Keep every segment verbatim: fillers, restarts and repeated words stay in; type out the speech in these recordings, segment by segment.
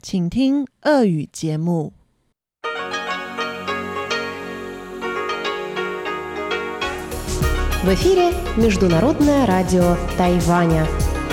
请听俄语节目。 В эфире Международное радио Тайваня.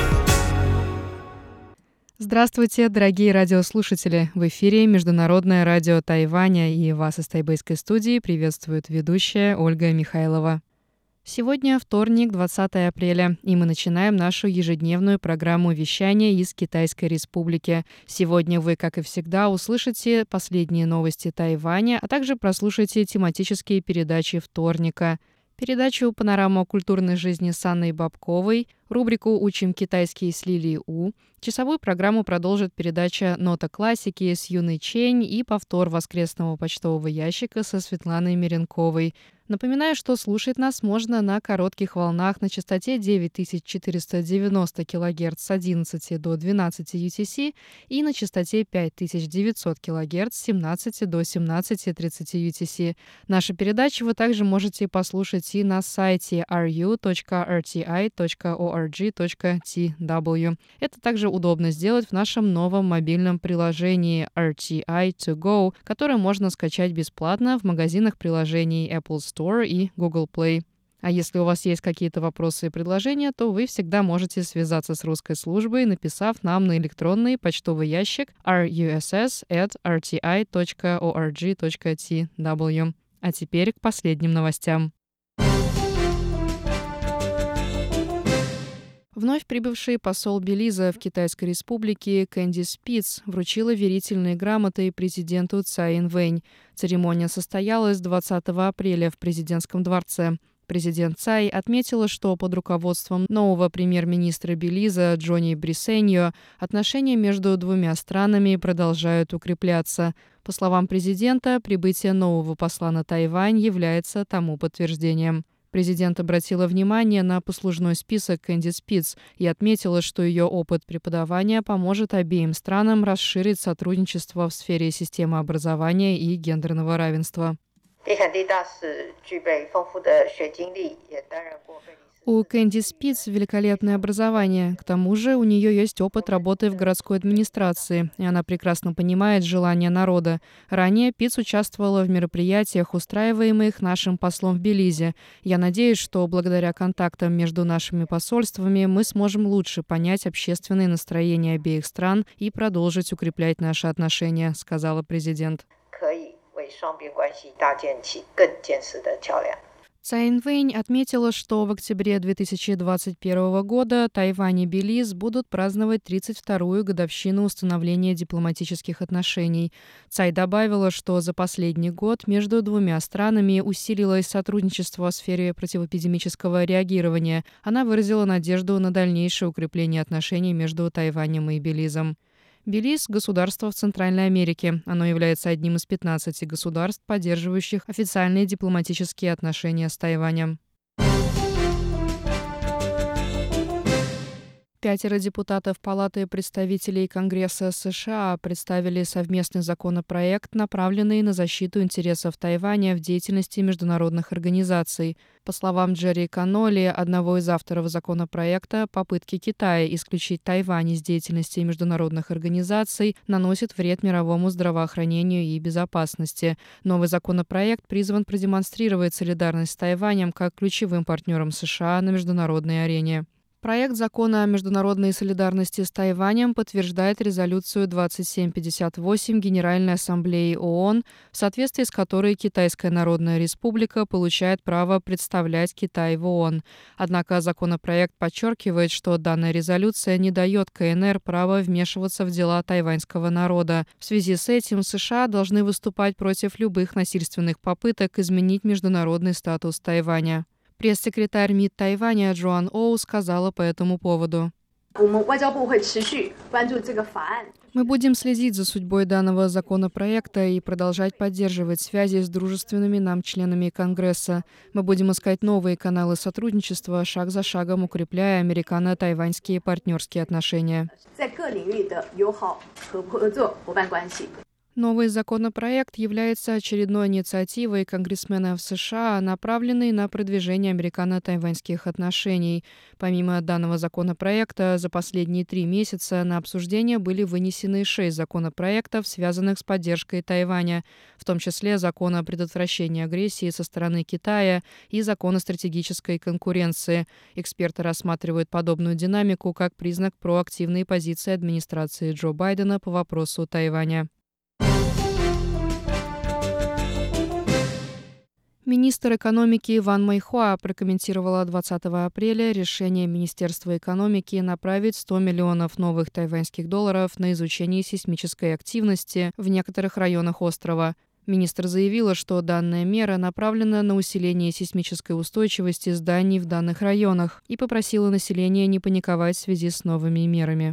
Здравствуйте, дорогие радиослушатели! В эфире Международное радио Тайваня, и вас из тайбэйской студии приветствует ведущая Ольга Михайлова. Сегодня вторник, двадцатое апреля, и мы начинаем нашу ежедневную программу вещания из Китайской Республики. Сегодня вы, как и всегда, услышите последние новости Тайваня, а также прослушаете тематические передачи вторника. Передачу «Панорама культурной жизни» с Анной Бабковой, рубрику «Учим китайский» с Лилией У. Часовую программу продолжит передача «Нота классики» с Юной Чень и повтор воскресного почтового ящика со Светланой Меренковой. Напоминаю, что слушать нас можно на коротких волнах на частоте девять тысяч четыреста девяносто килогерц с одиннадцати до двенадцати ю ти си и на частоте пять тысяч девятьсот килогерц с семнадцати до семнадцати тридцати ю ти си. Наши передачи вы также можете послушать и на сайте ар ю точка эр ти ай точка орг точка ти дабл ю. Это также удобно сделать в нашем новом мобильном приложении эр ти ай to go, которое можно скачать бесплатно в магазинах приложений Apple Store и Google Play. А если у вас есть какие-то вопросы и предложения, то вы всегда можете связаться с русской службой, написав нам на электронный почтовый ящик ар ю эс эс at эр ти ай точка орг точка ти дабл ю. А теперь к последним новостям. Вновь прибывший посол Белиза в Китайской Республике Кэндис Питц вручила верительные грамоты президенту Цай Инвэнь. Церемония состоялась двадцатого апреля в президентском дворце. Президент Цай отметила, что под руководством нового премьер-министра Белиза Джонни Брисеньо отношения между двумя странами продолжают укрепляться. По словам президента, прибытие нового посла на Тайвань является тому подтверждением. Президент обратила внимание на послужной список Кэндис Питц и отметила, что ее опыт преподавания поможет обеим странам расширить сотрудничество в сфере системы образования и гендерного равенства. У Кэндис Питц великолепное образование. К тому же у нее есть опыт работы в городской администрации, и она прекрасно понимает желания народа. Ранее Питц участвовала в мероприятиях, устраиваемых нашим послом в Белизе. Я надеюсь, что благодаря контактам между нашими посольствами мы сможем лучше понять общественные настроения обеих стран и продолжить укреплять наши отношения, сказала президент. Цай Инвэнь отметила, что в октябре две тысячи двадцать первого года Тайвань и Белиз будут праздновать тридцать вторую годовщину установления дипломатических отношений. Цай добавила, что за последний год между двумя странами усилилось сотрудничество в сфере противоэпидемического реагирования. Она выразила надежду на дальнейшее укрепление отношений между Тайванем и Белизом. Белиз – государство в Центральной Америке. Оно является одним из пятнадцати государств, поддерживающих официальные дипломатические отношения с Тайванем. Пятеро депутатов Палаты представителей Конгресса США представили совместный законопроект, направленный на защиту интересов Тайваня в деятельности международных организаций. По словам Джерри Канноли, одного из авторов законопроекта, попытки Китая исключить Тайвань из деятельности международных организаций наносят вред мировому здравоохранению и безопасности. Новый законопроект призван продемонстрировать солидарность с Тайванем как ключевым партнером США на международной арене. Проект закона о международной солидарности с Тайванем подтверждает резолюцию двадцать семь пятьдесят восемь Генеральной Ассамблеи ООН, в соответствии с которой Китайская Народная Республика получает право представлять Китай в ООН. Однако законопроект подчеркивает, что данная резолюция не дает ка эн эр права вмешиваться в дела тайваньского народа. В связи с этим США должны выступать против любых насильственных попыток изменить международный статус Тайваня. Пресс-секретарь МИД Тайваня Джоан Оу сказала по этому поводу. Мы будем следить за судьбой данного законопроекта и продолжать поддерживать связи с дружественными нам членами Конгресса. Мы будем искать новые каналы сотрудничества, шаг за шагом укрепляя американо-тайваньские партнерские отношения. Новый законопроект является очередной инициативой конгрессменов США, направленной на продвижение американо-тайваньских отношений. Помимо данного законопроекта, за последние три месяца на обсуждение были вынесены шесть законопроектов, связанных с поддержкой Тайваня, в том числе закон о предотвращении агрессии со стороны Китая и закон о стратегической конкуренции. Эксперты рассматривают подобную динамику как признак проактивной позиции администрации Джо Байдена по вопросу Тайваня. Министр экономики Ван Мэйхуа прокомментировала двадцатого апреля решение Министерства экономики направить сто миллионов новых тайваньских долларов на изучение сейсмической активности в некоторых районах острова. Министр заявила, что данная мера направлена на усиление сейсмической устойчивости зданий в данных районах и попросила население не паниковать в связи с новыми мерами.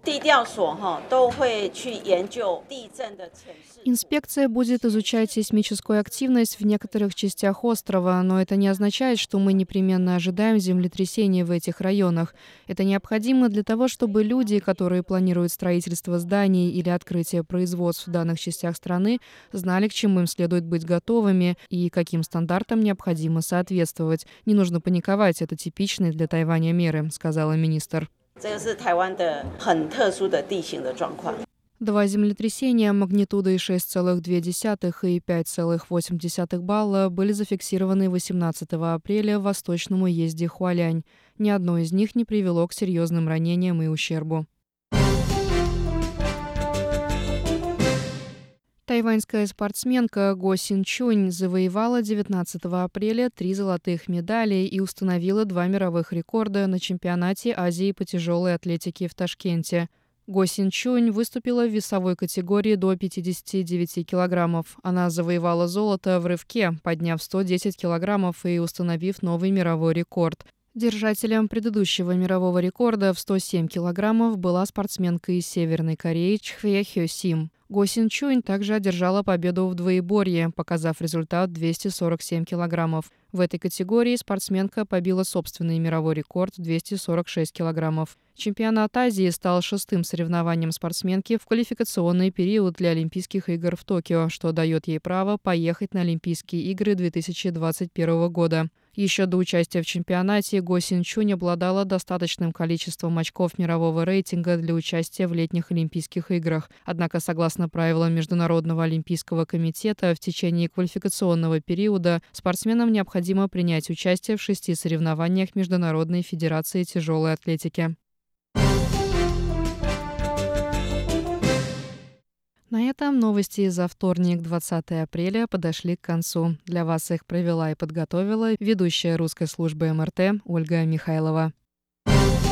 Инспекция будет изучать сейсмическую активность в некоторых частях острова, но это не означает, что мы непременно ожидаем землетрясения в этих районах. Это необходимо для того, чтобы люди, которые планируют строительство зданий или открытие производств в данных частях страны, знали, к чему им следует быть готовыми и каким стандартам необходимо соответствовать. Не нужно паниковать, это типичные для Тайваня меры, сказала министр. Два землетрясения магнитудой шесть целых две десятых и пять целых восемь десятых балла были зафиксированы восемнадцатого апреля в восточном уезде Хуалянь. Ни одно из них не привело к серьезным ранениям и ущербу. Тайваньская спортсменка Го Син Чунь завоевала девятнадцатого апреля три золотых медали и установила два мировых рекорда на чемпионате Азии по тяжелой атлетике в Ташкенте. Го Син Чунь выступила в весовой категории до пятидесяти девяти килограммов. Она завоевала золото в рывке, подняв сто десять килограммов и установив новый мировой рекорд. Держателем предыдущего мирового рекорда в сто семь килограммов была спортсменка из Северной Кореи Чхве Хё Сим. Го Син Чунь также одержала победу в двоеборье, показав результат двести сорок семь килограммов. В этой категории спортсменка побила собственный мировой рекорд двести сорок шесть килограммов. Чемпионат Азии стал шестым соревнованием спортсменки в квалификационный период для Олимпийских игр в Токио, что дает ей право поехать на Олимпийские игры две тысячи двадцать первого года. Еще до участия в чемпионате Го Син Чунь обладала достаточным количеством очков мирового рейтинга для участия в летних Олимпийских играх. Однако, согласно правилам Международного олимпийского комитета, в течение квалификационного периода спортсменам необходимо принять участие в шести соревнованиях Международной федерации тяжелой атлетики. На этом новости за вторник, двадцатого апреля, подошли к концу. Для вас их провела и подготовила ведущая русской службы эм эр тэ Ольга Михайлова.